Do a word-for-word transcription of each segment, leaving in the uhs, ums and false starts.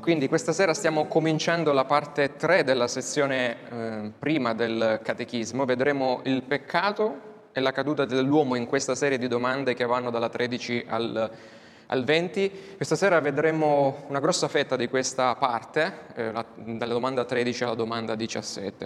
quindi questa sera stiamo cominciando la parte tre della sezione eh, prima del catechismo. Vedremo il peccato e la caduta dell'uomo in questa serie di domande che vanno dalla tredici al, al venti. Questa sera vedremo una grossa fetta di questa parte, eh, la, dalla domanda tredici alla domanda diciassette.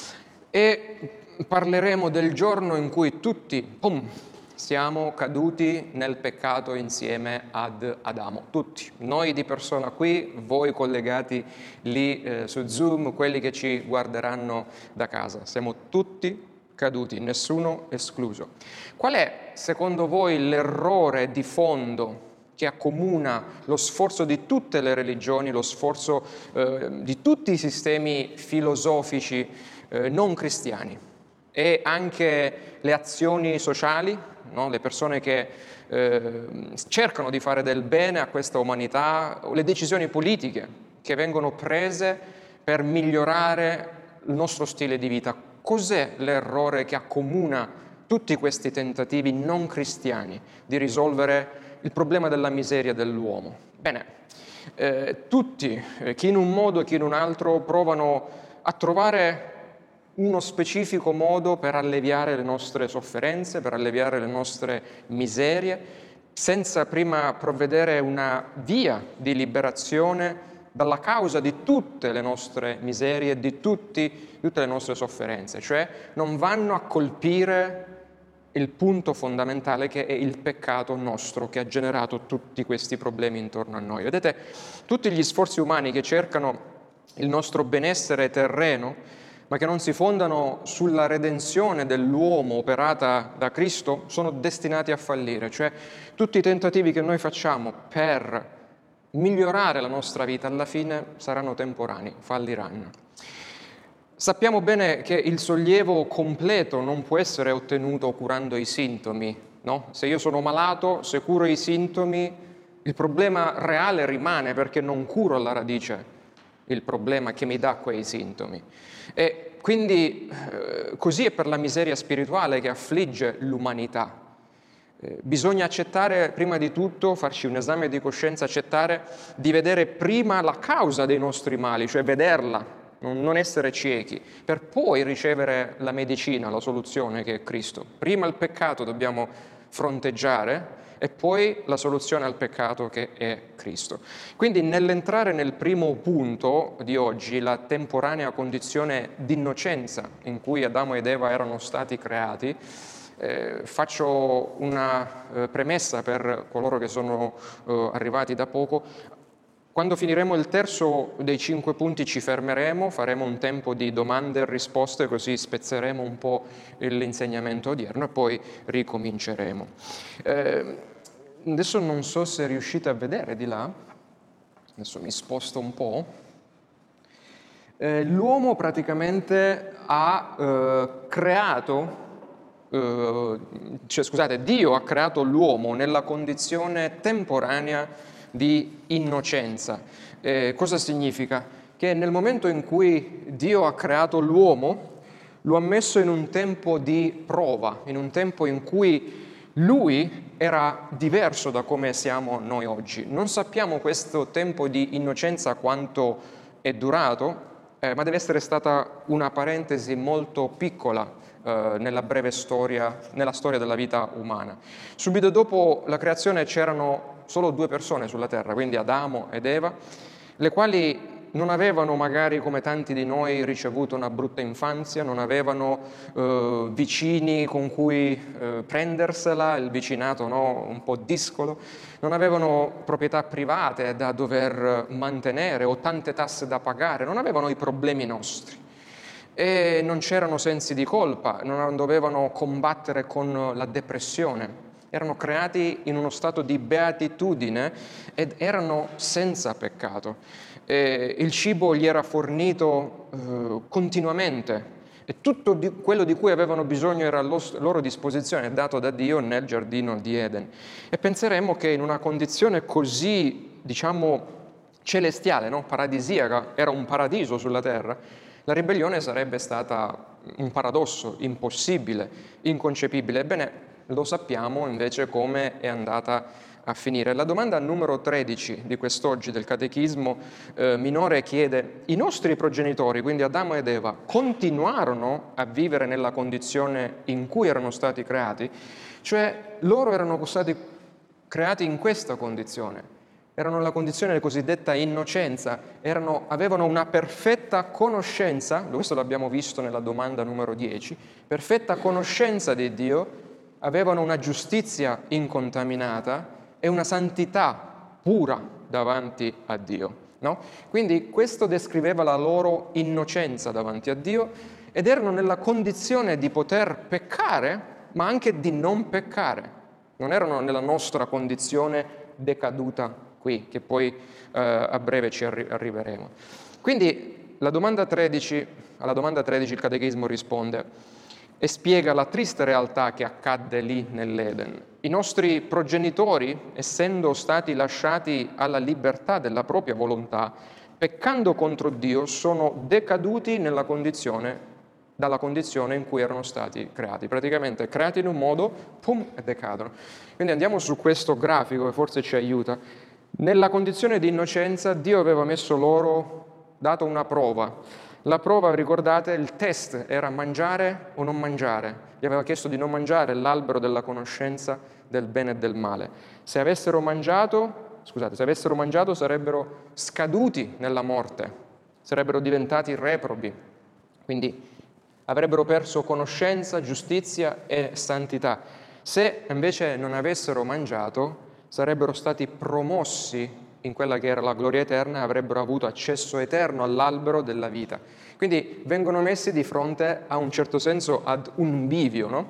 E parleremo del giorno in cui tutti, pum, siamo caduti nel peccato insieme ad Adamo, tutti, noi di persona qui, voi collegati lì eh, su Zoom, quelli che ci guarderanno da casa, siamo tutti caduti, nessuno escluso. Qual è, secondo voi, l'errore di fondo che accomuna lo sforzo di tutte le religioni, lo sforzo eh, di tutti i sistemi filosofici eh, non cristiani e anche le azioni sociali? No? Le persone che eh, cercano di fare del bene a questa umanità, le decisioni politiche che vengono prese per migliorare il nostro stile di vita. Cos'è l'errore che accomuna tutti questi tentativi non cristiani di risolvere il problema della miseria dell'uomo? Bene, eh, tutti, eh, chi in un modo e chi in un altro, provano a trovare uno specifico modo per alleviare le nostre sofferenze, per alleviare le nostre miserie, senza prima provvedere una via di liberazione dalla causa di tutte le nostre miserie, di tutti, tutte le nostre sofferenze. Cioè non vanno a colpire il punto fondamentale che è il peccato nostro che ha generato tutti questi problemi intorno a noi. Vedete, tutti gli sforzi umani che cercano il nostro benessere terreno, ma che non si fondano sulla redenzione dell'uomo operata da Cristo, sono destinati a fallire. Cioè tutti i tentativi che noi facciamo per migliorare la nostra vita alla fine saranno temporanei, falliranno. Sappiamo bene che il sollievo completo non può essere ottenuto curando i sintomi, no? Se io sono malato, se curo i sintomi, il problema reale rimane perché non curo alla radice il problema che mi dà quei sintomi. E quindi eh, così è per la miseria spirituale che affligge l'umanità. Eh, bisogna accettare prima di tutto, farci un esame di coscienza, accettare di vedere prima la causa dei nostri mali, cioè vederla, non, non essere ciechi, per poi ricevere la medicina, la soluzione che è Cristo. Prima il peccato dobbiamo fronteggiare e poi la soluzione al peccato che è Cristo. Quindi nell'entrare nel primo punto di oggi, la temporanea condizione di innocenza in cui Adamo ed Eva erano stati creati, eh, faccio una eh, premessa per coloro che sono eh, arrivati da poco. Quando finiremo il terzo dei cinque punti ci fermeremo, faremo un tempo di domande e risposte, così spezzeremo un po' l'insegnamento odierno e poi ricominceremo. Eh, adesso non so se riuscite a vedere di là, adesso mi sposto un po'. Eh, l'uomo praticamente ha eh, creato, eh, cioè scusate, Dio ha creato l'uomo nella condizione temporanea di innocenza. Eh, cosa significa? Che nel momento in cui Dio ha creato l'uomo, lo ha messo in un tempo di prova, in un tempo in cui lui era diverso da come siamo noi oggi. Non sappiamo questo tempo di innocenza quanto è durato, eh, ma deve essere stata una parentesi molto piccola eh, nella breve storia, nella storia della vita umana. Subito dopo la creazione c'erano solo due persone sulla terra, quindi Adamo ed Eva, le quali non avevano magari come tanti di noi ricevuto una brutta infanzia, non avevano eh, vicini con cui eh, prendersela, il vicinato no, un po' discolo, non avevano proprietà private da dover mantenere o tante tasse da pagare, non avevano i problemi nostri. E non c'erano sensi di colpa, non dovevano combattere con la depressione. Erano creati in uno stato di beatitudine ed erano senza peccato. E il cibo gli era fornito eh, continuamente e tutto di quello di cui avevano bisogno era a loro disposizione, dato da Dio nel giardino di Eden. E penseremmo che in una condizione così, diciamo, celestiale, no? Paradisiaca, era un paradiso sulla terra, la ribellione sarebbe stata un paradosso, impossibile, inconcepibile. Ebbene, lo sappiamo invece come è andata a finire. La domanda numero tredici di quest'oggi del catechismo eh, minore chiede: i nostri progenitori, quindi Adamo ed Eva, continuarono a vivere nella condizione in cui erano stati creati? Cioè loro erano stati creati in questa condizione, erano nella condizione cosiddetta innocenza, erano, avevano una perfetta conoscenza, questo l'abbiamo visto nella domanda numero dieci, perfetta conoscenza di Dio, avevano una giustizia incontaminata e una santità pura davanti a Dio, no? Quindi questo descriveva la loro innocenza davanti a Dio ed erano nella condizione di poter peccare, ma anche di non peccare. Non erano nella nostra condizione decaduta qui, che poi eh, a breve ci arri- arriveremo. Quindi la domanda tredici, alla domanda tredici il Catechismo risponde e spiega la triste realtà che accadde lì nell'Eden. I nostri progenitori, essendo stati lasciati alla libertà della propria volontà, peccando contro Dio, sono decaduti nella condizione, dalla condizione in cui erano stati creati. Praticamente creati in un modo, pum, e decadono. Quindi andiamo su questo grafico che forse ci aiuta. Nella condizione di innocenza Dio aveva messo loro, dato una prova. La prova, ricordate, il test era mangiare o non mangiare. Gli aveva chiesto di non mangiare l'albero della conoscenza del bene e del male. Se avessero mangiato, scusate, se avessero mangiato sarebbero scaduti nella morte, sarebbero diventati reprobi. Quindi avrebbero perso conoscenza, giustizia e santità. Se invece non avessero mangiato, sarebbero stati promossi in quella che era la gloria eterna e avrebbero avuto accesso eterno all'albero della vita. Quindi vengono messi di fronte a un certo senso ad un bivio, no?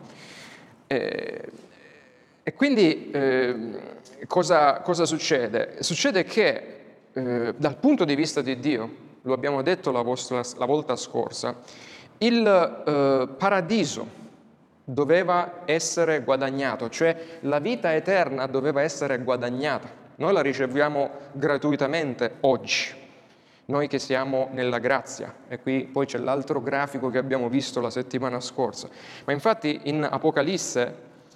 E, e quindi eh, cosa, cosa succede? Succede che eh, dal punto di vista di Dio, lo abbiamo detto la, vostra, la volta scorsa, il eh, paradiso doveva essere guadagnato, cioè la vita eterna doveva essere guadagnata. Noi la riceviamo gratuitamente oggi, noi che siamo nella grazia. E qui poi c'è l'altro grafico che abbiamo visto la settimana scorsa. Ma infatti in Apocalisse,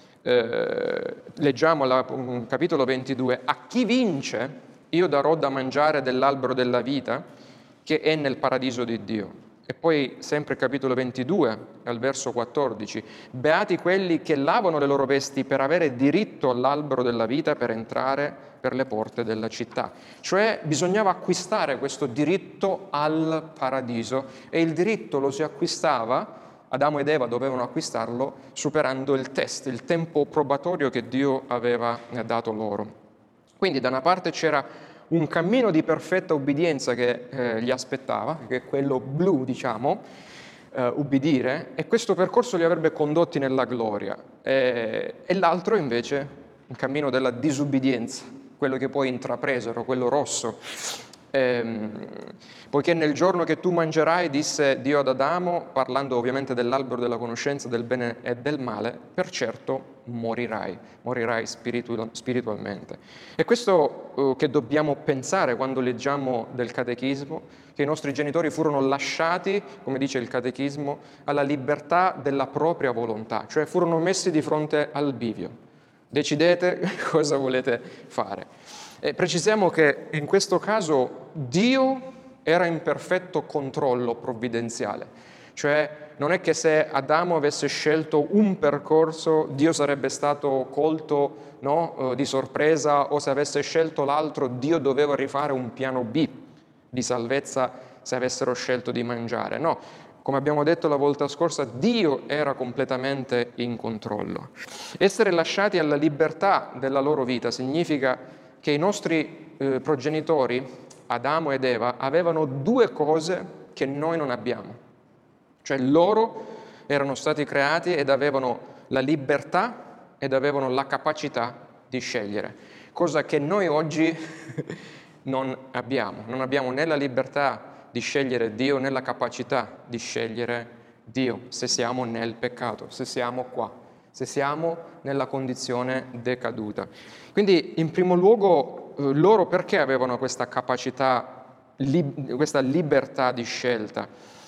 eh, leggiamo al capitolo ventidue, a chi vince io darò da mangiare dell'albero della vita che è nel paradiso di Dio. E poi sempre capitolo ventidue, al verso quattordici, beati quelli che lavano le loro vesti per avere diritto all'albero della vita per entrare per le porte della città. Cioè bisognava acquistare questo diritto al paradiso e il diritto lo si acquistava, Adamo ed Eva dovevano acquistarlo superando il test, il tempo probatorio che Dio aveva dato loro. Quindi da una parte c'era un cammino di perfetta ubbidienza che eh, gli aspettava, che è quello blu, diciamo, eh, ubbidire, e questo percorso li avrebbe condotti nella gloria. E, e l'altro invece, un cammino della disubbidienza, quello che poi intrapresero, quello rosso. Ehm, poiché nel giorno che tu mangerai, disse Dio ad Adamo, parlando ovviamente dell'albero della conoscenza del bene e del male, per certo morirai, morirai spiritu- spiritualmente. E questo eh, che dobbiamo pensare quando leggiamo del catechismo, che i nostri genitori furono lasciati, come dice il catechismo, alla libertà della propria volontà, cioè furono messi di fronte al bivio. Decidete cosa volete fare. E precisiamo che in questo caso Dio era in perfetto controllo provvidenziale, cioè non è che se Adamo avesse scelto un percorso Dio sarebbe stato colto, no, di sorpresa, o se avesse scelto l'altro Dio doveva rifare un piano B di salvezza se avessero scelto di mangiare. No, come abbiamo detto la volta scorsa, Dio era completamente in controllo. Essere lasciati alla libertà della loro vita significa che i nostri eh, progenitori, Adamo ed Eva, avevano due cose che noi non abbiamo. Cioè loro erano stati creati ed avevano la libertà ed avevano la capacità di scegliere, cosa che noi oggi non abbiamo. Non abbiamo né la libertà di scegliere Dio né la capacità di scegliere Dio se siamo nel peccato, se siamo qua, se siamo nella condizione decaduta. Quindi in primo luogo eh, loro perché avevano questa capacità, li, questa libertà di scelta?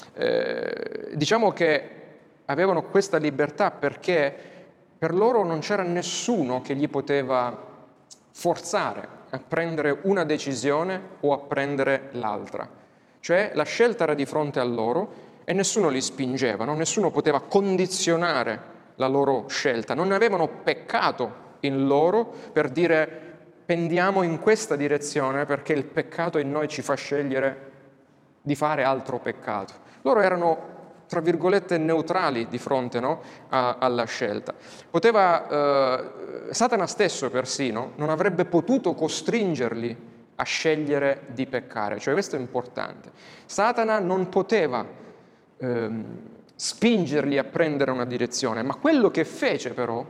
Eh, diciamo che avevano questa libertà perché per loro non c'era nessuno che gli poteva forzare a prendere una decisione o a prendere l'altra. Cioè la scelta era di fronte a loro e nessuno li spingeva, no? Nessuno poteva condizionare la loro scelta, non avevano peccato in loro per dire pendiamo in questa direzione perché il peccato in noi ci fa scegliere di fare altro peccato. Loro erano, tra virgolette, neutrali di fronte, no? a, alla scelta. Poteva, eh, Satana stesso persino non avrebbe potuto costringerli a scegliere di peccare, cioè questo è importante. Satana non poteva ehm, spingerli a prendere una direzione, ma quello che fece però,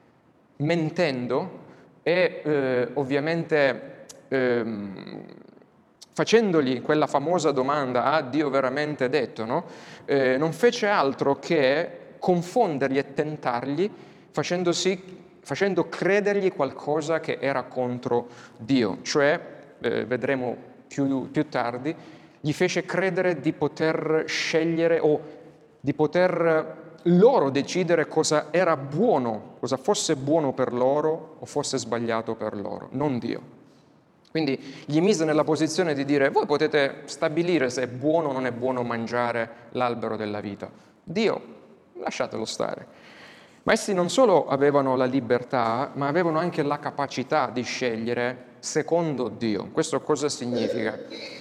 mentendo e eh, ovviamente ehm, facendogli quella famosa domanda, ha Dio veramente detto, no? Eh, non fece altro che confonderli e tentargli, facendosi, facendo credergli qualcosa che era contro Dio, cioè, eh, vedremo più, più tardi, gli fece credere di poter scegliere o di poter loro decidere cosa era buono, cosa fosse buono per loro o fosse sbagliato per loro, non Dio. Quindi gli mise nella posizione di dire voi potete stabilire se è buono o non è buono mangiare l'albero della vita. Dio, lasciatelo stare. Ma essi non solo avevano la libertà, ma avevano anche la capacità di scegliere secondo Dio. Questo cosa significa?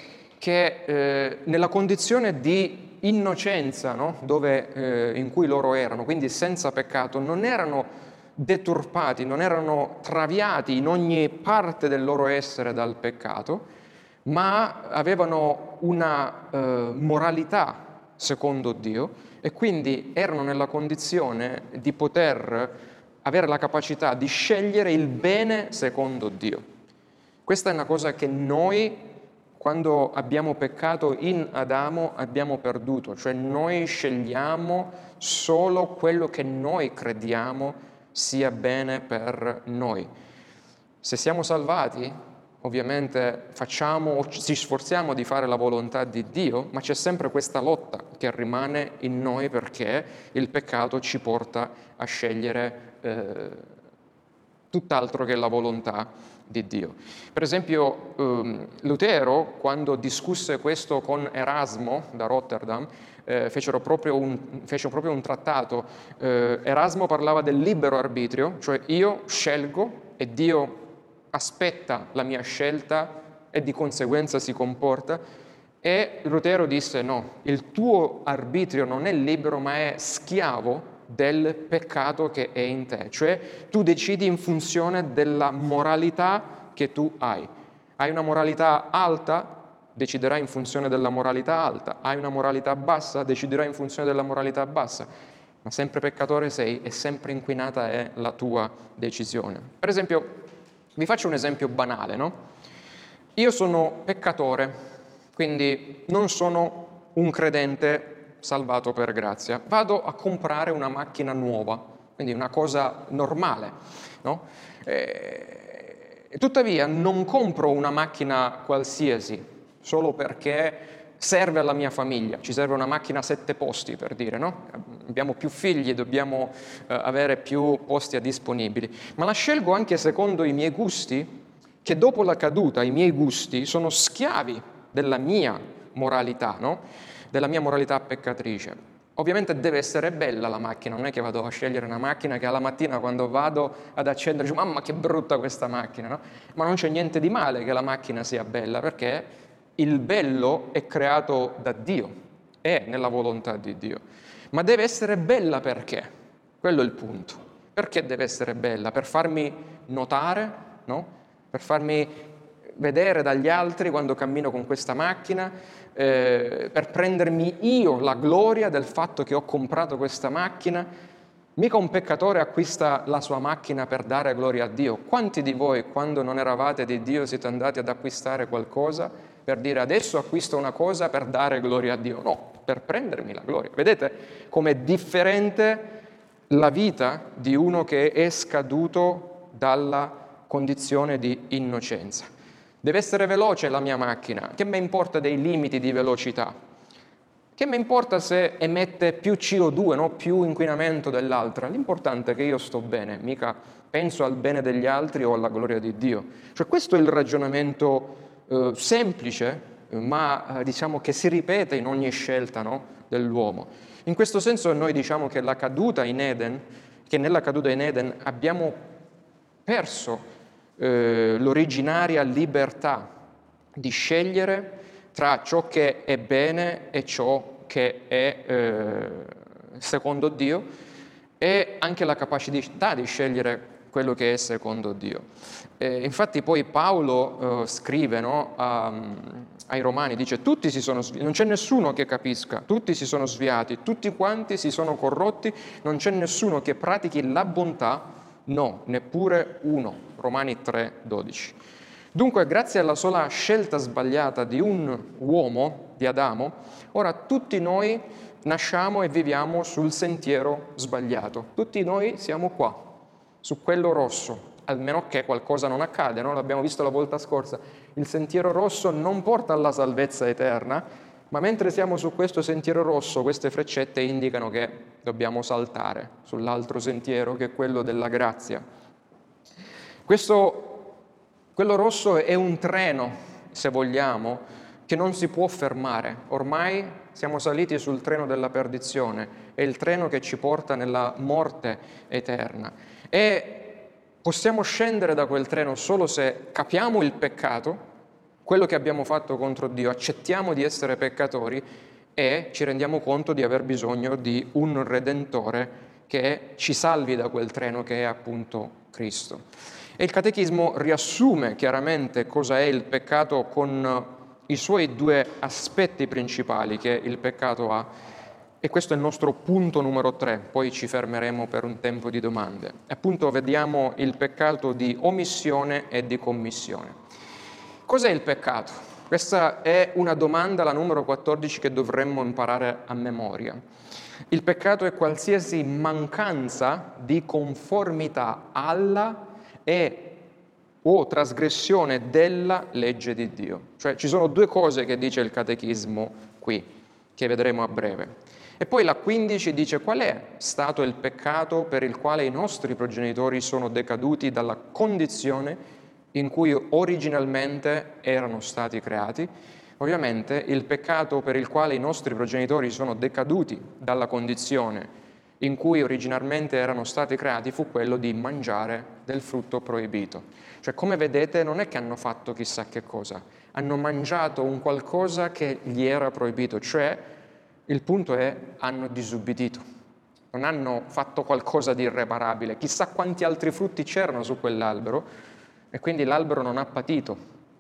Che eh, nella condizione di innocenza, no? Dove, eh, in cui loro erano, quindi senza peccato, non erano deturpati, non erano traviati in ogni parte del loro essere dal peccato, ma avevano una eh, moralità secondo Dio e quindi erano nella condizione di poter avere la capacità di scegliere il bene secondo Dio. Questa è una cosa che noi, quando abbiamo peccato in Adamo, abbiamo perduto, cioè noi scegliamo solo quello che noi crediamo sia bene per noi. Se siamo salvati, ovviamente facciamo, ci sforziamo di fare la volontà di Dio, ma c'è sempre questa lotta che rimane in noi perché il peccato ci porta a scegliere eh, tutt'altro che la volontà di Dio. Per esempio, ehm, Lutero, quando discusse questo con Erasmo da Rotterdam, eh, fecero proprio un, fecero proprio un trattato. Eh, Erasmo parlava del libero arbitrio, cioè io scelgo e Dio aspetta la mia scelta e di conseguenza si comporta. E Lutero disse no, il tuo arbitrio non è libero ma è schiavo del peccato che è in te, cioè tu decidi in funzione della moralità che tu hai. Hai una moralità alta, deciderai in funzione della moralità alta, hai una moralità bassa, deciderai in funzione della moralità bassa, ma sempre peccatore sei e sempre inquinata è la tua decisione. Per esempio, vi faccio un esempio banale, no? Io sono peccatore, quindi non sono un credente salvato per grazia. Vado a comprare una macchina nuova, quindi una cosa normale, no? E, tuttavia non compro una macchina qualsiasi solo perché serve alla mia famiglia, ci serve una macchina a sette posti per dire, no? Abbiamo più figli, dobbiamo eh, avere più posti disponibili, ma la scelgo anche secondo i miei gusti, che dopo la caduta i miei gusti sono schiavi della mia moralità, no? Della mia moralità peccatrice. Ovviamente deve essere bella la macchina, non è che vado a scegliere una macchina che alla mattina quando vado ad accendere dico mamma che brutta questa macchina, no? Ma non c'è niente di male che la macchina sia bella perché il bello è creato da Dio, è nella volontà di Dio. Ma deve essere bella perché? Quello è il punto. Perché deve essere bella? Per farmi notare, no? Per farmi vedere dagli altri quando cammino con questa macchina, eh, per prendermi io la gloria del fatto che ho comprato questa macchina. Mica un peccatore acquista la sua macchina per dare gloria a Dio. Quanti di voi, quando non eravate di Dio, siete andati ad acquistare qualcosa per dire adesso acquisto una cosa per dare gloria a Dio? No, per prendermi la gloria. Vedete com'è differente la vita di uno che è scaduto dalla condizione di innocenza. Deve essere veloce la mia macchina, che mi importa dei limiti di velocità? Che mi importa se emette più C O due, no? Più inquinamento dell'altra? L'importante è che io sto bene, mica penso al bene degli altri o alla gloria di Dio. Cioè questo è il ragionamento eh, semplice, eh, ma eh, diciamo che si ripete in ogni scelta, no, dell'uomo. In questo senso noi diciamo che la caduta in Eden, che nella caduta in Eden abbiamo perso eh, l'originaria libertà di scegliere tra ciò che è bene e ciò che è eh, secondo Dio, e anche la capacità di scegliere quello che è secondo Dio. Eh, infatti poi Paolo eh, scrive, no, a, ai Romani, dice tutti si sono sviati, non c'è nessuno che capisca, tutti si sono sviati, tutti quanti si sono corrotti, non c'è nessuno che pratichi la bontà, no, neppure uno. Romani tre dodici. Dunque, grazie alla sola scelta sbagliata di un uomo, di Adamo, ora tutti noi nasciamo e viviamo sul sentiero sbagliato. Tutti noi siamo qua, su quello rosso, almeno che qualcosa non accade, no? L'abbiamo visto la volta scorsa. Il sentiero rosso non porta alla salvezza eterna, ma mentre siamo su questo sentiero rosso, queste freccette indicano che dobbiamo saltare sull'altro sentiero, che è quello della grazia. Questo Quello rosso è un treno, se vogliamo, che non si può fermare. Ormai siamo saliti sul treno della perdizione, è il treno che ci porta nella morte eterna. E possiamo scendere da quel treno solo se capiamo il peccato, quello che abbiamo fatto contro Dio, accettiamo di essere peccatori e ci rendiamo conto di aver bisogno di un Redentore che ci salvi da quel treno che è appunto Cristo. E il Catechismo riassume chiaramente cosa è il peccato con i suoi due aspetti principali che il peccato ha, e questo è il nostro punto numero tre, poi ci fermeremo per un tempo di domande. E appunto vediamo il peccato di omissione e di commissione. Cos'è il peccato? Questa è una domanda, la numero quattordici, che dovremmo imparare a memoria. Il peccato è qualsiasi mancanza di conformità alla e o trasgressione della legge di Dio. Cioè ci sono due cose che dice il Catechismo qui, che vedremo a breve. E poi la quindici dice qual è stato il peccato per il quale i nostri progenitori sono decaduti dalla condizione in cui originalmente erano stati creati. Ovviamente il peccato per il quale i nostri progenitori sono decaduti dalla condizione in cui originalmente erano stati creati fu quello di mangiare del frutto proibito. Cioè, come vedete, non è che hanno fatto chissà che cosa, hanno mangiato un qualcosa che gli era proibito, cioè il punto è hanno disubbidito, non hanno fatto qualcosa di irreparabile. Chissà quanti altri frutti c'erano su quell'albero e quindi l'albero non ha patito,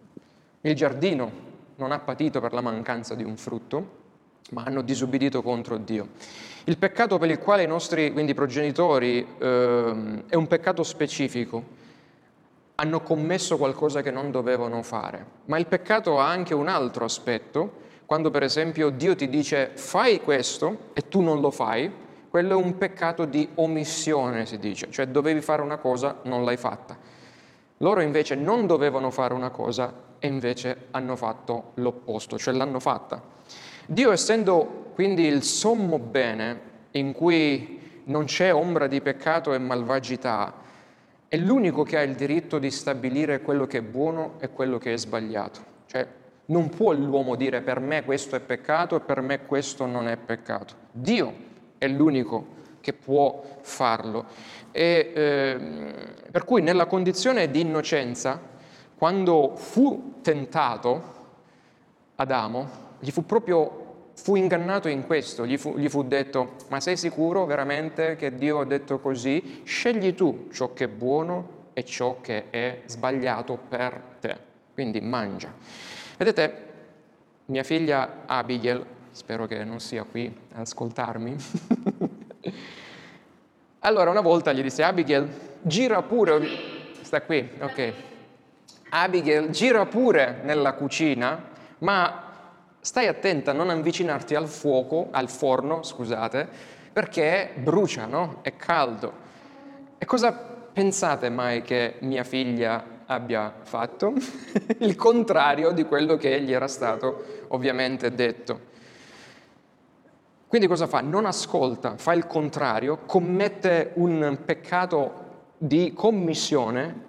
il giardino non ha patito per la mancanza di un frutto, ma hanno disubbidito contro Dio. Il peccato per il quale i nostri quindi progenitori eh, è un peccato specifico, hanno commesso qualcosa che non dovevano fare, ma il peccato ha anche un altro aspetto. Quando per esempio Dio ti dice fai questo e tu non lo fai, quello è un peccato di omissione, si dice, cioè dovevi fare una cosa, non l'hai fatta. Loro invece non dovevano fare una cosa e invece hanno fatto l'opposto, cioè l'hanno fatta. Dio, essendo quindi il sommo bene in cui non c'è ombra di peccato e malvagità, è l'unico che ha il diritto di stabilire quello che è buono e quello che è sbagliato. Cioè non può l'uomo dire per me questo è peccato e per me questo non è peccato. Dio è l'unico che può farlo. E, eh, per cui nella condizione di innocenza, quando fu tentato Adamo, gli fu proprio, fu ingannato in questo, gli fu, gli fu detto, ma sei sicuro veramente che Dio ha detto così? Scegli tu ciò che è buono e ciò che è sbagliato per te, quindi mangia. Vedete, mia figlia Abigail, spero che non sia qui ad ascoltarmi, allora una volta gli disse, Abigail, gira pure, sta qui, ok, Abigail, gira pure nella cucina, ma stai attenta a non avvicinarti al fuoco, al forno, scusate, perché brucia, no? È caldo. E cosa pensate mai che mia figlia abbia fatto? Il contrario di quello che gli era stato ovviamente detto. Quindi cosa fa? Non ascolta, fa il contrario, commette un peccato di commissione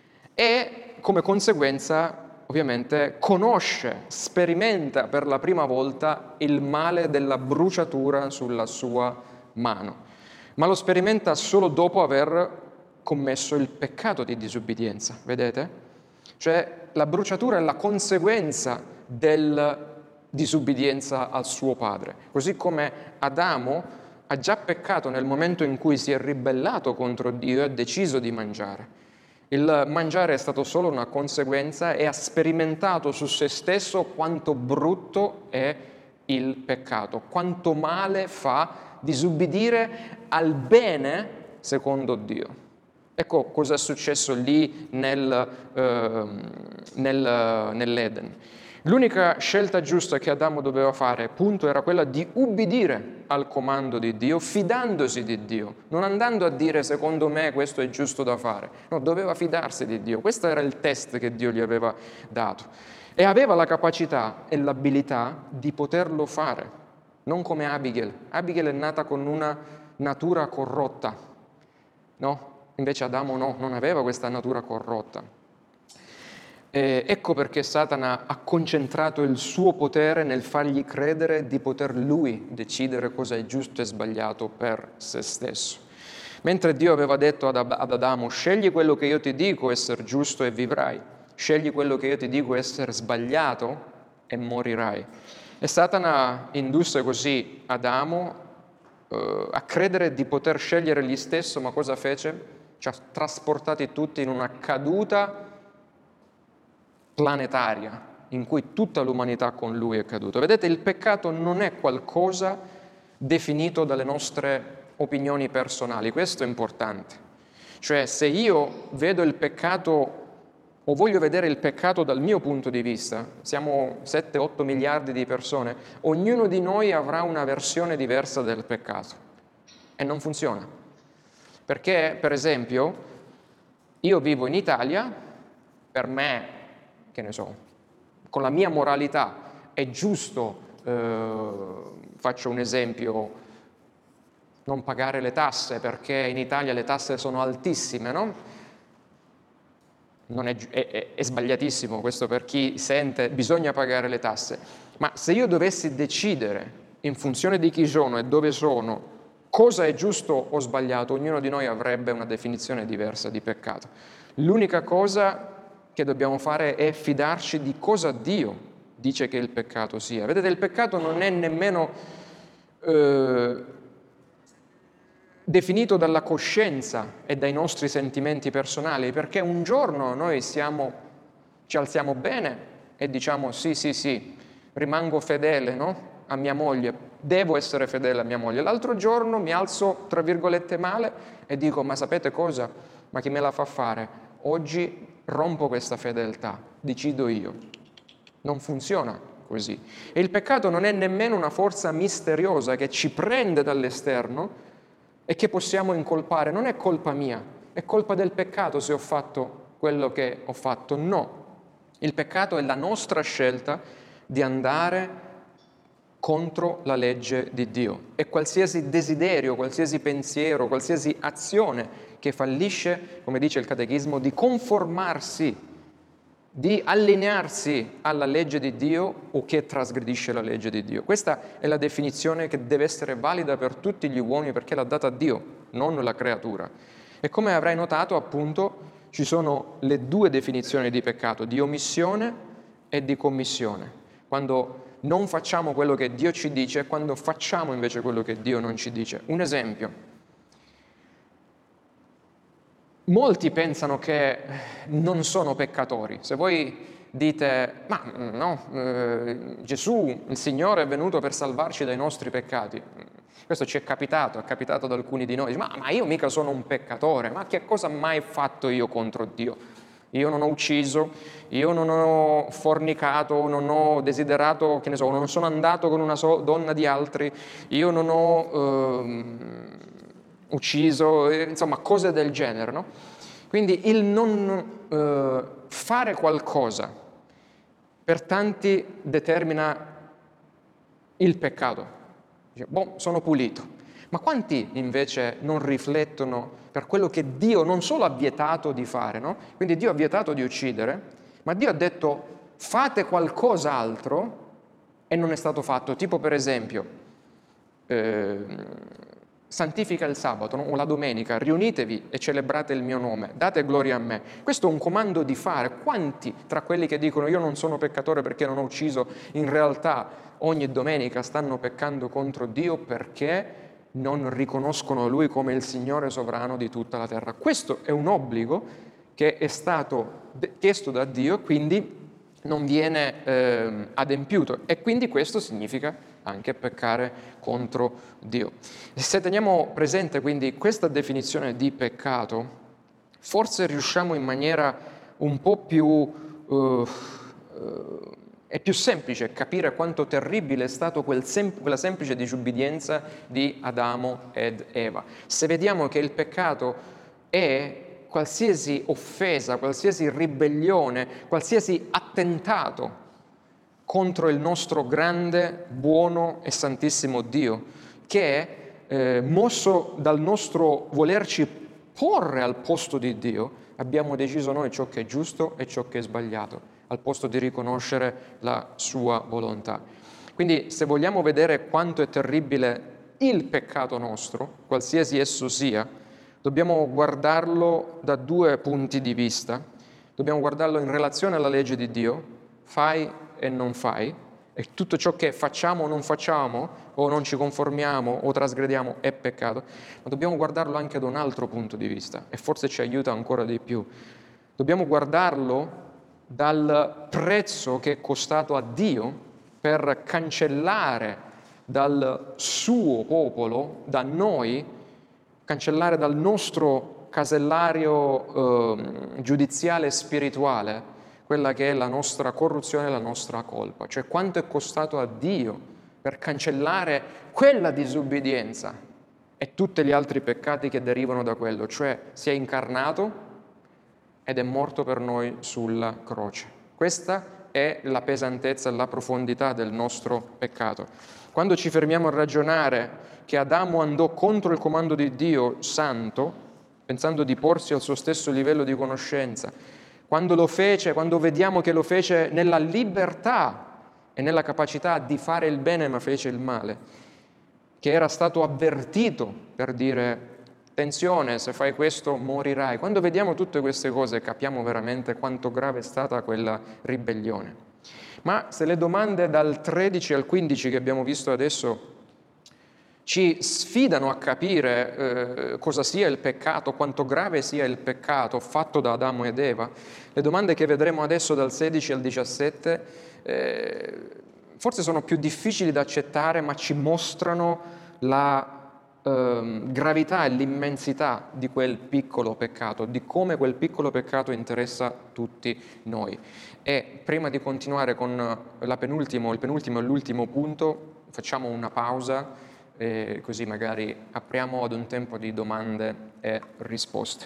e come conseguenza ovviamente conosce, sperimenta per la prima volta il male della bruciatura sulla sua mano, ma lo sperimenta solo dopo aver commesso il peccato di disubbidienza, vedete? Cioè la bruciatura è la conseguenza della disubbidienza al suo padre, così come Adamo ha già peccato nel momento in cui si è ribellato contro Dio e ha deciso di mangiare. Il mangiare è stato solo una conseguenza e ha sperimentato su se stesso quanto brutto è il peccato, quanto male fa disubbidire al bene secondo Dio. Ecco cosa è successo lì nel, eh, nel, nell'Eden. L'unica scelta giusta che Adamo doveva fare, appunto, era quella di ubbidire al comando di Dio, fidandosi di Dio, non andando a dire secondo me questo è giusto da fare. No, doveva fidarsi di Dio. Questo era il test che Dio gli aveva dato. E aveva la capacità e l'abilità di poterlo fare, non come Abigail. Abigail è nata con una natura corrotta, no? Invece Adamo no, non aveva questa natura corrotta. Eh, ecco perché Satana ha concentrato il suo potere nel fargli credere di poter lui decidere cosa è giusto e sbagliato per se stesso. Mentre Dio aveva detto ad, ad Adamo, scegli quello che io ti dico essere giusto e vivrai, scegli quello che io ti dico essere sbagliato e morirai. E Satana indusse così Adamo eh, a credere di poter scegliere egli stesso, ma cosa fece? Ci ha trasportati tutti in una caduta planetaria, in cui tutta l'umanità con lui è caduta. Vedete, il peccato non è qualcosa definito dalle nostre opinioni personali, questo è importante. Cioè, se io vedo il peccato o voglio vedere il peccato dal mio punto di vista, siamo sette otto miliardi di persone, ognuno di noi avrà una versione diversa del peccato e non funziona. Perché, per esempio, io vivo in Italia, per me, che ne so, con la mia moralità è giusto, eh, faccio un esempio, non pagare le tasse perché in Italia le tasse sono altissime, no? Non è, è, è sbagliatissimo questo per chi sente, bisogna pagare le tasse, ma se io dovessi decidere in funzione di chi sono e dove sono cosa è giusto o sbagliato, ognuno di noi avrebbe una definizione diversa di peccato. L'unica cosa che dobbiamo fare è fidarci di cosa Dio dice che il peccato sia. Vedete, il peccato non è nemmeno eh, definito dalla coscienza e dai nostri sentimenti personali, perché un giorno noi siamo, ci alziamo bene e diciamo sì, sì, sì, rimango fedele, no? A mia moglie, devo essere fedele a mia moglie. L'altro giorno mi alzo, tra virgolette, male e dico, ma sapete cosa? Ma chi me la fa fare? Oggi rompo questa fedeltà, decido io. Non funziona così. E il peccato non è nemmeno una forza misteriosa che ci prende dall'esterno e che possiamo incolpare. Non è colpa mia, è colpa del peccato se ho fatto quello che ho fatto. No, il peccato è la nostra scelta di andare contro la legge di Dio. E qualsiasi desiderio, qualsiasi pensiero, qualsiasi azione che fallisce, come dice il Catechismo, di conformarsi, di allinearsi alla legge di Dio o che trasgredisce la legge di Dio. Questa è la definizione che deve essere valida per tutti gli uomini perché l'ha data Dio, non la creatura. E come avrai notato, appunto, ci sono le due definizioni di peccato, di omissione e di commissione. Quando non facciamo quello che Dio ci dice e quando facciamo invece quello che Dio non ci dice. Un esempio. Molti pensano che non sono peccatori. Se voi dite, ma no, eh, Gesù, il Signore è venuto per salvarci dai nostri peccati. Questo ci è capitato, è capitato ad alcuni di noi. Ma, ma io mica sono un peccatore, ma che cosa ho mai fatto io contro Dio? Io non ho ucciso, io non ho fornicato, non ho desiderato, che ne so, non sono andato con una so- donna di altri, io non ho ehm, ucciso, insomma, cose del genere, no? Quindi il non eh, fare qualcosa per tanti determina il peccato. Dice, boh, sono pulito. Ma quanti invece non riflettono per quello che Dio non solo ha vietato di fare, no? Quindi Dio ha vietato di uccidere, ma Dio ha detto fate qualcos'altro e non è stato fatto. Tipo per esempio, eh, santifica il sabato, no? O la domenica, riunitevi e celebrate il mio nome, date gloria a me. Questo è un comando di fare. Quanti tra quelli che dicono io non sono peccatore perché non ho ucciso, in realtà ogni domenica stanno peccando contro Dio perché non riconoscono Lui come il Signore sovrano di tutta la terra? Questo è un obbligo che è stato chiesto da Dio, quindi non viene eh, adempiuto, e quindi questo significa anche peccare contro Dio. Se teniamo presente quindi questa definizione di peccato, forse riusciamo in maniera un po' più uh, uh, è più semplice capire quanto terribile è stata quel sem- quella semplice disubbidienza di Adamo ed Eva. Se vediamo che il peccato è qualsiasi offesa, qualsiasi ribellione, qualsiasi attentato contro il nostro grande, buono e santissimo Dio, che è eh, mosso dal nostro volerci porre al posto di Dio, abbiamo deciso noi ciò che è giusto e ciò che è sbagliato, al posto di riconoscere la sua volontà. Quindi se vogliamo vedere quanto è terribile il peccato nostro, qualsiasi esso sia, dobbiamo guardarlo da due punti di vista. Dobbiamo guardarlo in relazione alla legge di Dio, fai e non fai, e tutto ciò che facciamo o non facciamo, o non ci conformiamo o trasgrediamo è peccato, ma dobbiamo guardarlo anche da un altro punto di vista, e forse ci aiuta ancora di più. Dobbiamo guardarlo dal prezzo che è costato a Dio per cancellare dal suo popolo, da noi, cancellare dal nostro casellario eh, giudiziale e spirituale quella che è la nostra corruzione e la nostra colpa. Cioè quanto è costato a Dio per cancellare quella disubbidienza e tutti gli altri peccati che derivano da quello. Cioè si è incarnato ed è morto per noi sulla croce. Questa è la pesantezza e la profondità del nostro peccato. Quando ci fermiamo a ragionare che Adamo andò contro il comando di Dio santo, pensando di porsi al suo stesso livello di conoscenza, quando lo fece, quando vediamo che lo fece nella libertà e nella capacità di fare il bene ma fece il male, che era stato avvertito per dire attenzione, se fai questo morirai. Quando vediamo tutte queste cose capiamo veramente quanto grave è stata quella ribellione. Ma se le domande dal tredici al quindici che abbiamo visto adesso ci sfidano a capire eh, cosa sia il peccato, quanto grave sia il peccato fatto da Adamo ed Eva, le domande che vedremo adesso dal sedici al diciassette eh, forse sono più difficili da accettare, ma ci mostrano la eh, gravità e l'immensità di quel piccolo peccato, di come quel piccolo peccato interessa tutti noi. E prima di continuare con la penultimo, il penultimo e l'ultimo punto, facciamo una pausa e così magari apriamo ad un tempo di domande e risposte.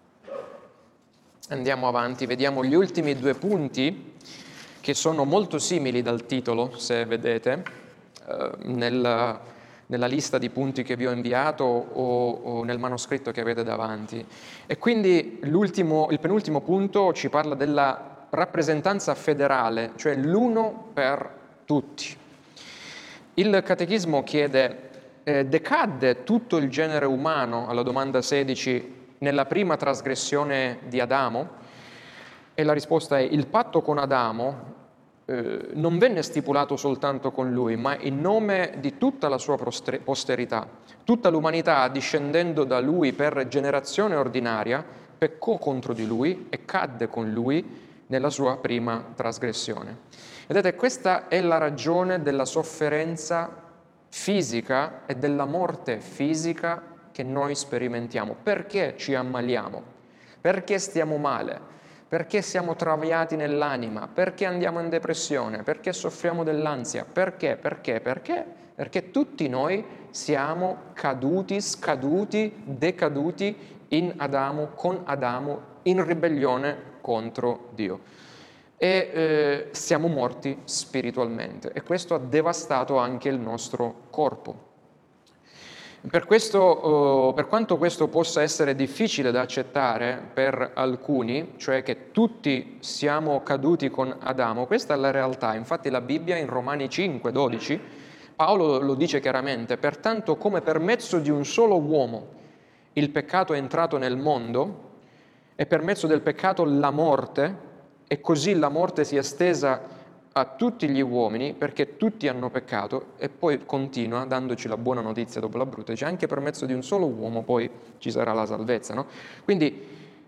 Andiamo avanti, vediamo gli ultimi due punti che sono molto simili dal titolo, se vedete, eh, nel, nella lista di punti che vi ho inviato o, o nel manoscritto che avete davanti. E quindi l'ultimo, il penultimo punto ci parla della rappresentanza federale, cioè l'uno per tutti. Il Catechismo chiede, eh, decadde tutto il genere umano, alla domanda sedici, nella prima trasgressione di Adamo? E la risposta è, il patto con Adamo eh, non venne stipulato soltanto con lui, ma in nome di tutta la sua posterità. Tutta l'umanità, discendendo da lui per generazione ordinaria, peccò contro di lui e cadde con lui nella sua prima trasgressione. Vedete, questa è la ragione della sofferenza fisica e della morte fisica che noi sperimentiamo. Perché ci ammaliamo? Perché stiamo male? Perché siamo travagliati nell'anima? Perché andiamo in depressione? Perché soffriamo dell'ansia? Perché? Perché? Perché? Perché tutti noi siamo caduti, scaduti, decaduti in Adamo, con Adamo, in ribellione contro Dio. E eh, siamo morti spiritualmente, e questo ha devastato anche il nostro corpo. Per questo, eh, per quanto questo possa essere difficile da accettare per alcuni, cioè che tutti siamo caduti con Adamo, questa è la realtà. Infatti la Bibbia in Romani cinque, dodici, Paolo lo dice chiaramente: pertanto come per mezzo di un solo uomo il peccato è entrato nel mondo e per mezzo del peccato la morte, e così la morte si è estesa a tutti gli uomini perché tutti hanno peccato, e poi continua dandoci la buona notizia dopo la brutta, dice anche per mezzo di un solo uomo poi ci sarà la salvezza, no? Quindi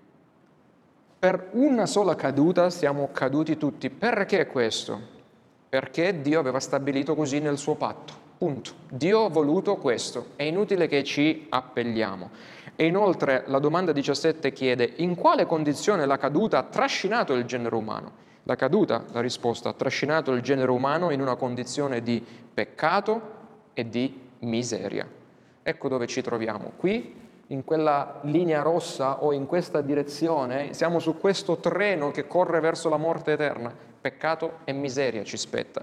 per una sola caduta siamo caduti tutti. Perché questo? Perché Dio aveva stabilito così nel suo patto, punto. Dio ha voluto questo, è inutile che ci appelliamo. E inoltre la domanda diciassette chiede: in quale condizione la caduta ha trascinato il genere umano? La caduta, la risposta, ha trascinato il genere umano in una condizione di peccato e di miseria. Ecco dove ci troviamo, qui, in quella linea rossa o in questa direzione, siamo su questo treno che corre verso la morte eterna. Peccato e miseria ci spetta.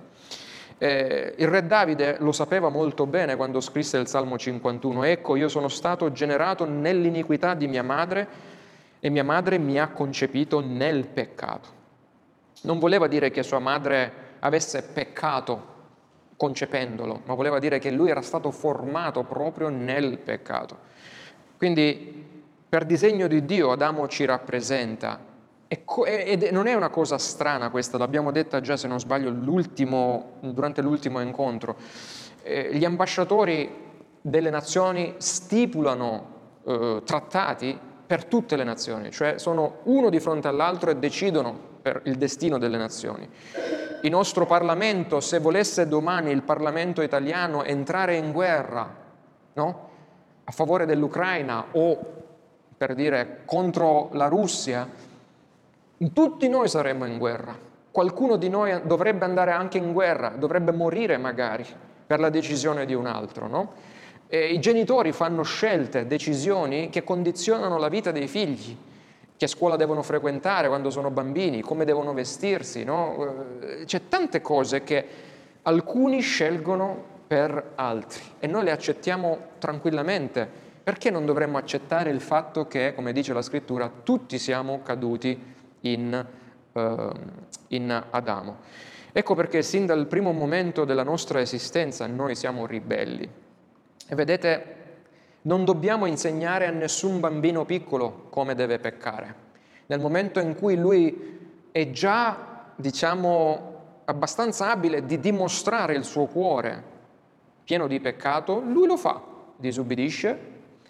Eh, il re Davide lo sapeva molto bene quando scrisse il Salmo cinquantuno: ecco, io sono stato generato nell'iniquità di mia madre e mia madre mi ha concepito nel peccato. Non voleva dire che sua madre avesse peccato concependolo, ma voleva dire che lui era stato formato proprio nel peccato. Quindi per disegno di Dio Adamo ci rappresenta, ed non è una cosa strana questa, l'abbiamo detta già, se non sbaglio, l'ultimo, durante l'ultimo incontro. Eh, gli ambasciatori delle nazioni stipulano eh, trattati per tutte le nazioni, cioè sono uno di fronte all'altro e decidono per il destino delle nazioni. Il nostro Parlamento, se volesse domani il Parlamento italiano entrare in guerra, no? A favore dell'Ucraina o, per dire, contro la Russia, tutti noi saremmo in guerra. Qualcuno di noi dovrebbe andare anche in guerra, dovrebbe morire magari per la decisione di un altro, no? E i genitori fanno scelte, decisioni che condizionano la vita dei figli. Che scuola devono frequentare quando sono bambini, come devono vestirsi, no? C'è tante cose che alcuni scelgono per altri e noi le accettiamo tranquillamente. Perché non dovremmo accettare il fatto che, come dice la Scrittura, tutti siamo caduti in, uh, in Adamo? Ecco perché sin dal primo momento della nostra esistenza noi siamo ribelli. E vedete, non dobbiamo insegnare a nessun bambino piccolo come deve peccare. Nel momento in cui lui è già, diciamo, abbastanza abile di dimostrare il suo cuore pieno di peccato, lui lo fa, disubbidisce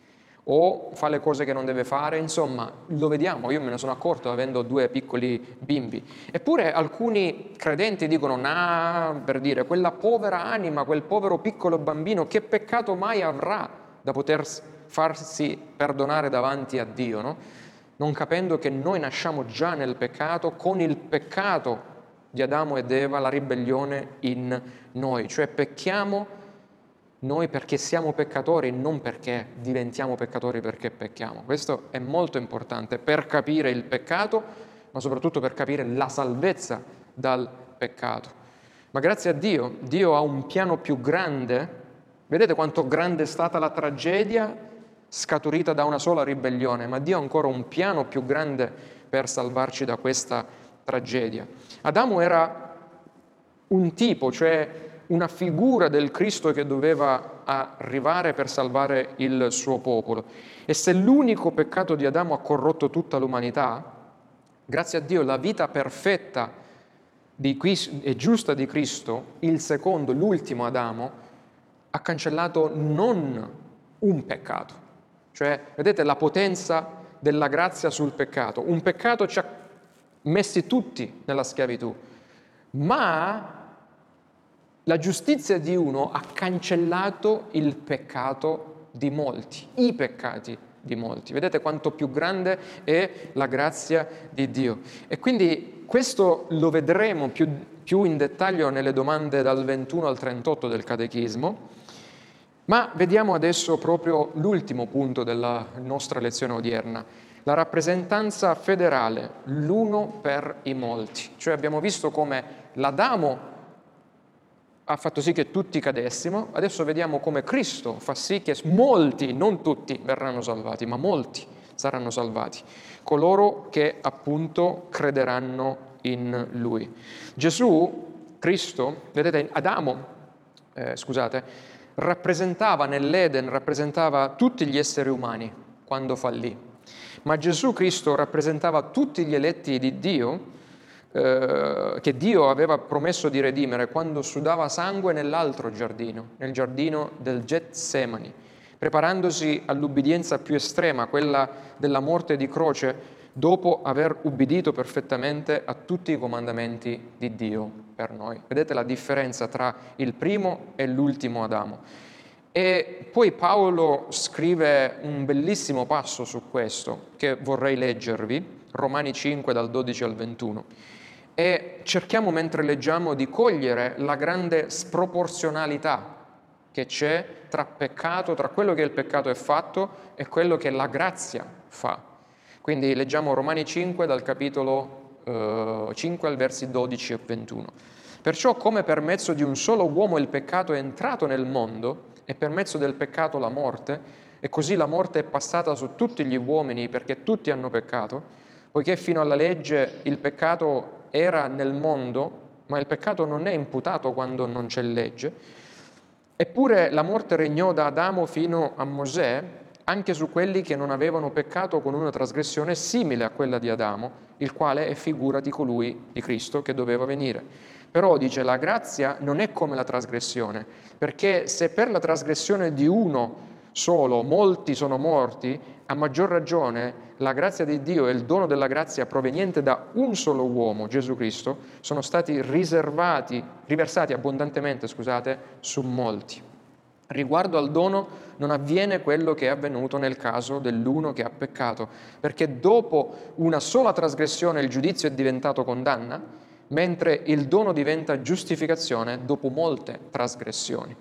o fa le cose che non deve fare, insomma, lo vediamo, io me ne sono accorto avendo due piccoli bimbi. Eppure alcuni credenti dicono, no, per dire, quella povera anima, quel povero piccolo bambino, che peccato mai avrà da poter farsi perdonare davanti a Dio, no? Non capendo che noi nasciamo già nel peccato, con il peccato di Adamo ed Eva, la ribellione in noi, cioè pecchiamo noi perché siamo peccatori, non perché diventiamo peccatori perché pecchiamo. Questo è molto importante per capire il peccato, ma soprattutto per capire la salvezza dal peccato. Ma grazie a Dio, Dio ha un piano più grande. Vedete quanto grande è stata la tragedia scaturita da una sola ribellione, ma Dio ha ancora un piano più grande per salvarci da questa tragedia. Adamo era un tipo, cioè una figura del Cristo che doveva arrivare per salvare il suo popolo. E se l'unico peccato di Adamo ha corrotto tutta l'umanità, grazie a Dio la vita perfetta di e giusta di Cristo, il secondo, l'ultimo Adamo, ha cancellato non un peccato. Cioè, vedete la potenza della grazia sul peccato. Un peccato ci ha messi tutti nella schiavitù, ma la giustizia di uno ha cancellato il peccato di molti, i peccati di molti. Vedete quanto più grande è la grazia di Dio. E quindi questo lo vedremo più, più in dettaglio nelle domande dal ventuno al trentotto del Catechismo, ma vediamo adesso proprio l'ultimo punto della nostra lezione odierna, la rappresentanza federale, l'uno per i molti. Cioè abbiamo visto come l'Adamo ha fatto sì che tutti cadessimo, adesso vediamo come Cristo fa sì che molti, non tutti, verranno salvati, ma molti saranno salvati, coloro che appunto crederanno in Lui. Gesù, Cristo, vedete, Adamo, eh, scusate, rappresentava nell'Eden, rappresentava tutti gli esseri umani quando fallì, ma Gesù Cristo rappresentava tutti gli eletti di Dio, eh, che Dio aveva promesso di redimere quando sudava sangue nell'altro giardino, nel giardino del Getsemani, preparandosi all'ubbidienza più estrema, quella della morte di croce, dopo aver ubbidito perfettamente a tutti i comandamenti di Dio per noi. Vedete la differenza tra il primo e l'ultimo Adamo. E poi Paolo scrive un bellissimo passo su questo, che vorrei leggervi, Romani cinque dal dodici al ventuno. E cerchiamo mentre leggiamo di cogliere la grande sproporzionalità che c'è tra peccato, tra quello che il peccato è fatto e quello che la grazia fa. Quindi leggiamo Romani cinque dal capitolo eh, cinque al versi dodici e ventuno. Perciò come per mezzo di un solo uomo il peccato è entrato nel mondo e per mezzo del peccato la morte, e così la morte è passata su tutti gli uomini perché tutti hanno peccato, poiché fino alla legge il peccato era nel mondo, ma il peccato non è imputato quando non c'è legge. Eppure la morte regnò da Adamo fino a Mosè, anche su quelli che non avevano peccato con una trasgressione simile a quella di Adamo, il quale è figura di colui, di Cristo, che doveva venire. Però, dice, la grazia non è come la trasgressione, perché se per la trasgressione di uno solo molti sono morti, a maggior ragione la grazia di Dio e il dono della grazia proveniente da un solo uomo, Gesù Cristo, sono stati riservati, riversati abbondantemente, scusate, su molti. Riguardo al dono non avviene quello che è avvenuto nel caso dell'uno che ha peccato, perché dopo una sola trasgressione il giudizio è diventato condanna, mentre il dono diventa giustificazione dopo molte trasgressioni.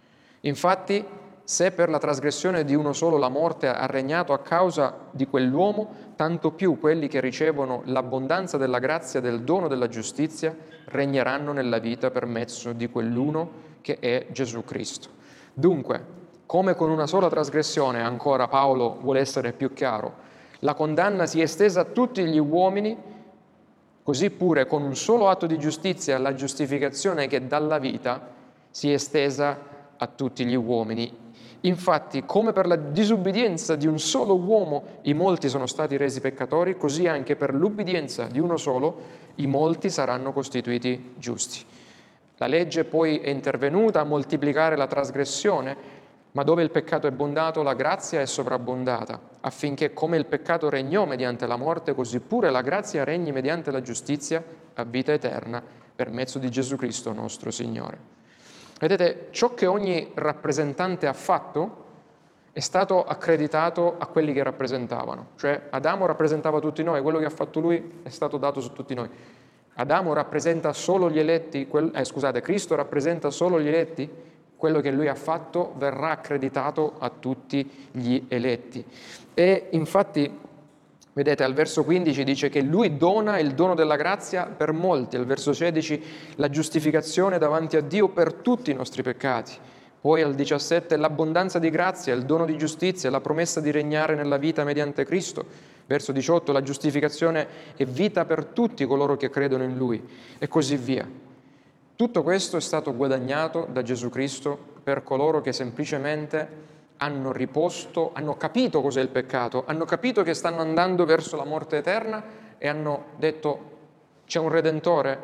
Infatti, se per la trasgressione di uno solo la morte ha regnato a causa di quell'uomo, tanto più quelli che ricevono l'abbondanza della grazia e del dono della giustizia regneranno nella vita per mezzo di quell'uno che è Gesù Cristo. Dunque, come con una sola trasgressione, ancora Paolo vuole essere più chiaro, la condanna si è estesa a tutti gli uomini, così pure con un solo atto di giustizia la giustificazione che dà la vita si è estesa a tutti gli uomini. Infatti, come per la disubbidienza di un solo uomo i molti sono stati resi peccatori, così anche per l'ubbidienza di uno solo i molti saranno costituiti giusti. La legge poi è intervenuta a moltiplicare la trasgressione, ma dove il peccato è abbondato, la grazia è sovrabbondata, affinché come il peccato regnò mediante la morte, così pure la grazia regni mediante la giustizia a vita eterna per mezzo di Gesù Cristo nostro Signore. Vedete, ciò che ogni rappresentante ha fatto è stato accreditato a quelli che rappresentavano. Cioè Adamo rappresentava tutti noi, quello che ha fatto lui è stato dato su tutti noi. Adamo rappresenta solo gli eletti, quel, eh, scusate, Cristo rappresenta solo gli eletti, quello che lui ha fatto verrà accreditato a tutti gli eletti. E infatti, vedete, al verso quindici dice che lui dona il dono della grazia per molti, al verso sedici la giustificazione davanti a Dio per tutti i nostri peccati. Poi al diciassette l'abbondanza di grazia, il dono di giustizia, la promessa di regnare nella vita mediante Cristo. Verso diciotto la giustificazione è vita per tutti coloro che credono in Lui e così via. Tutto questo è stato guadagnato da Gesù Cristo per coloro che semplicemente hanno riposto, hanno capito cos'è il peccato, hanno capito che stanno andando verso la morte eterna e hanno detto c'è un Redentore,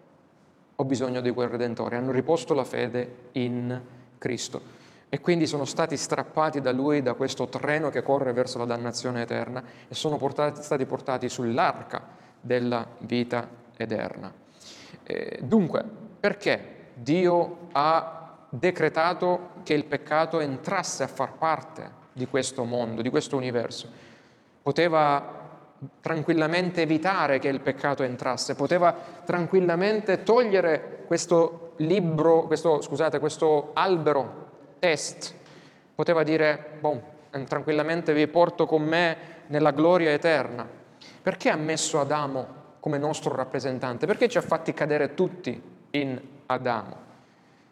ho bisogno di quel Redentore, hanno riposto la fede in Cristo e quindi sono stati strappati da Lui, da questo treno che corre verso la dannazione eterna e sono portati, stati portati sull'arca della vita eterna. Eh, dunque, perché Dio ha decretato che il peccato entrasse a far parte di questo mondo, di questo universo? Poteva tranquillamente evitare che il peccato entrasse, poteva tranquillamente togliere questo libro, questo, scusate, questo albero test, poteva dire, boh, tranquillamente vi porto con me nella gloria eterna. Perché ha messo Adamo come nostro rappresentante? Perché ci ha fatti cadere tutti in Adamo?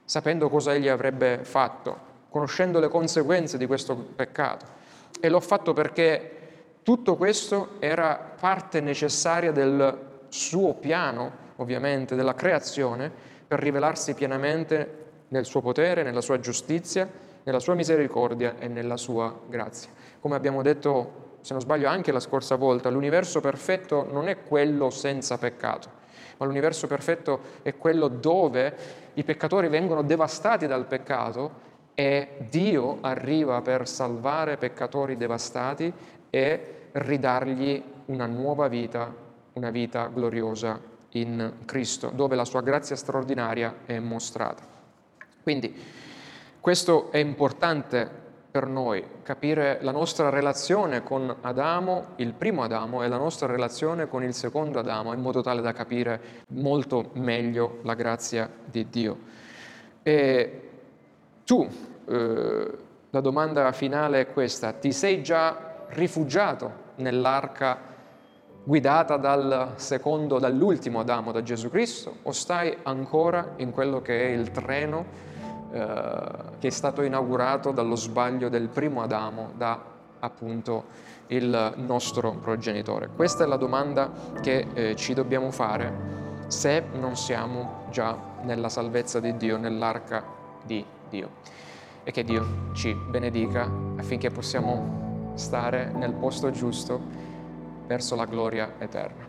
sapendo cosa egli avrebbe fatto, conoscendo le conseguenze di questo peccato. E l'ho fatto perché tutto questo era parte necessaria del suo piano, ovviamente, della creazione, per rivelarsi pienamente nel suo potere, nella sua giustizia, nella sua misericordia e nella sua grazia. Come abbiamo detto, se non sbaglio, anche la scorsa volta, l'universo perfetto non è quello senza peccato, ma l'universo perfetto è quello dove i peccatori vengono devastati dal peccato e Dio arriva per salvare peccatori devastati e ridargli una nuova vita, una vita gloriosa in Cristo, dove la sua grazia straordinaria è mostrata. Quindi questo è importante per noi, capire la nostra relazione con Adamo, il primo Adamo, e la nostra relazione con il secondo Adamo, in modo tale da capire molto meglio la grazia di Dio. E tu, eh, la domanda finale è questa: ti sei già rifugiato nell'arca guidata dal secondo, dall'ultimo Adamo, da Gesù Cristo, o stai ancora in quello che è il treno eh, che è stato inaugurato dallo sbaglio del primo Adamo, da appunto il nostro progenitore? Questa è la domanda che eh, ci dobbiamo fare se non siamo già nella salvezza di Dio, nell'arca di Dio. E che Dio ci benedica affinché possiamo stare nel posto giusto verso la gloria eterna.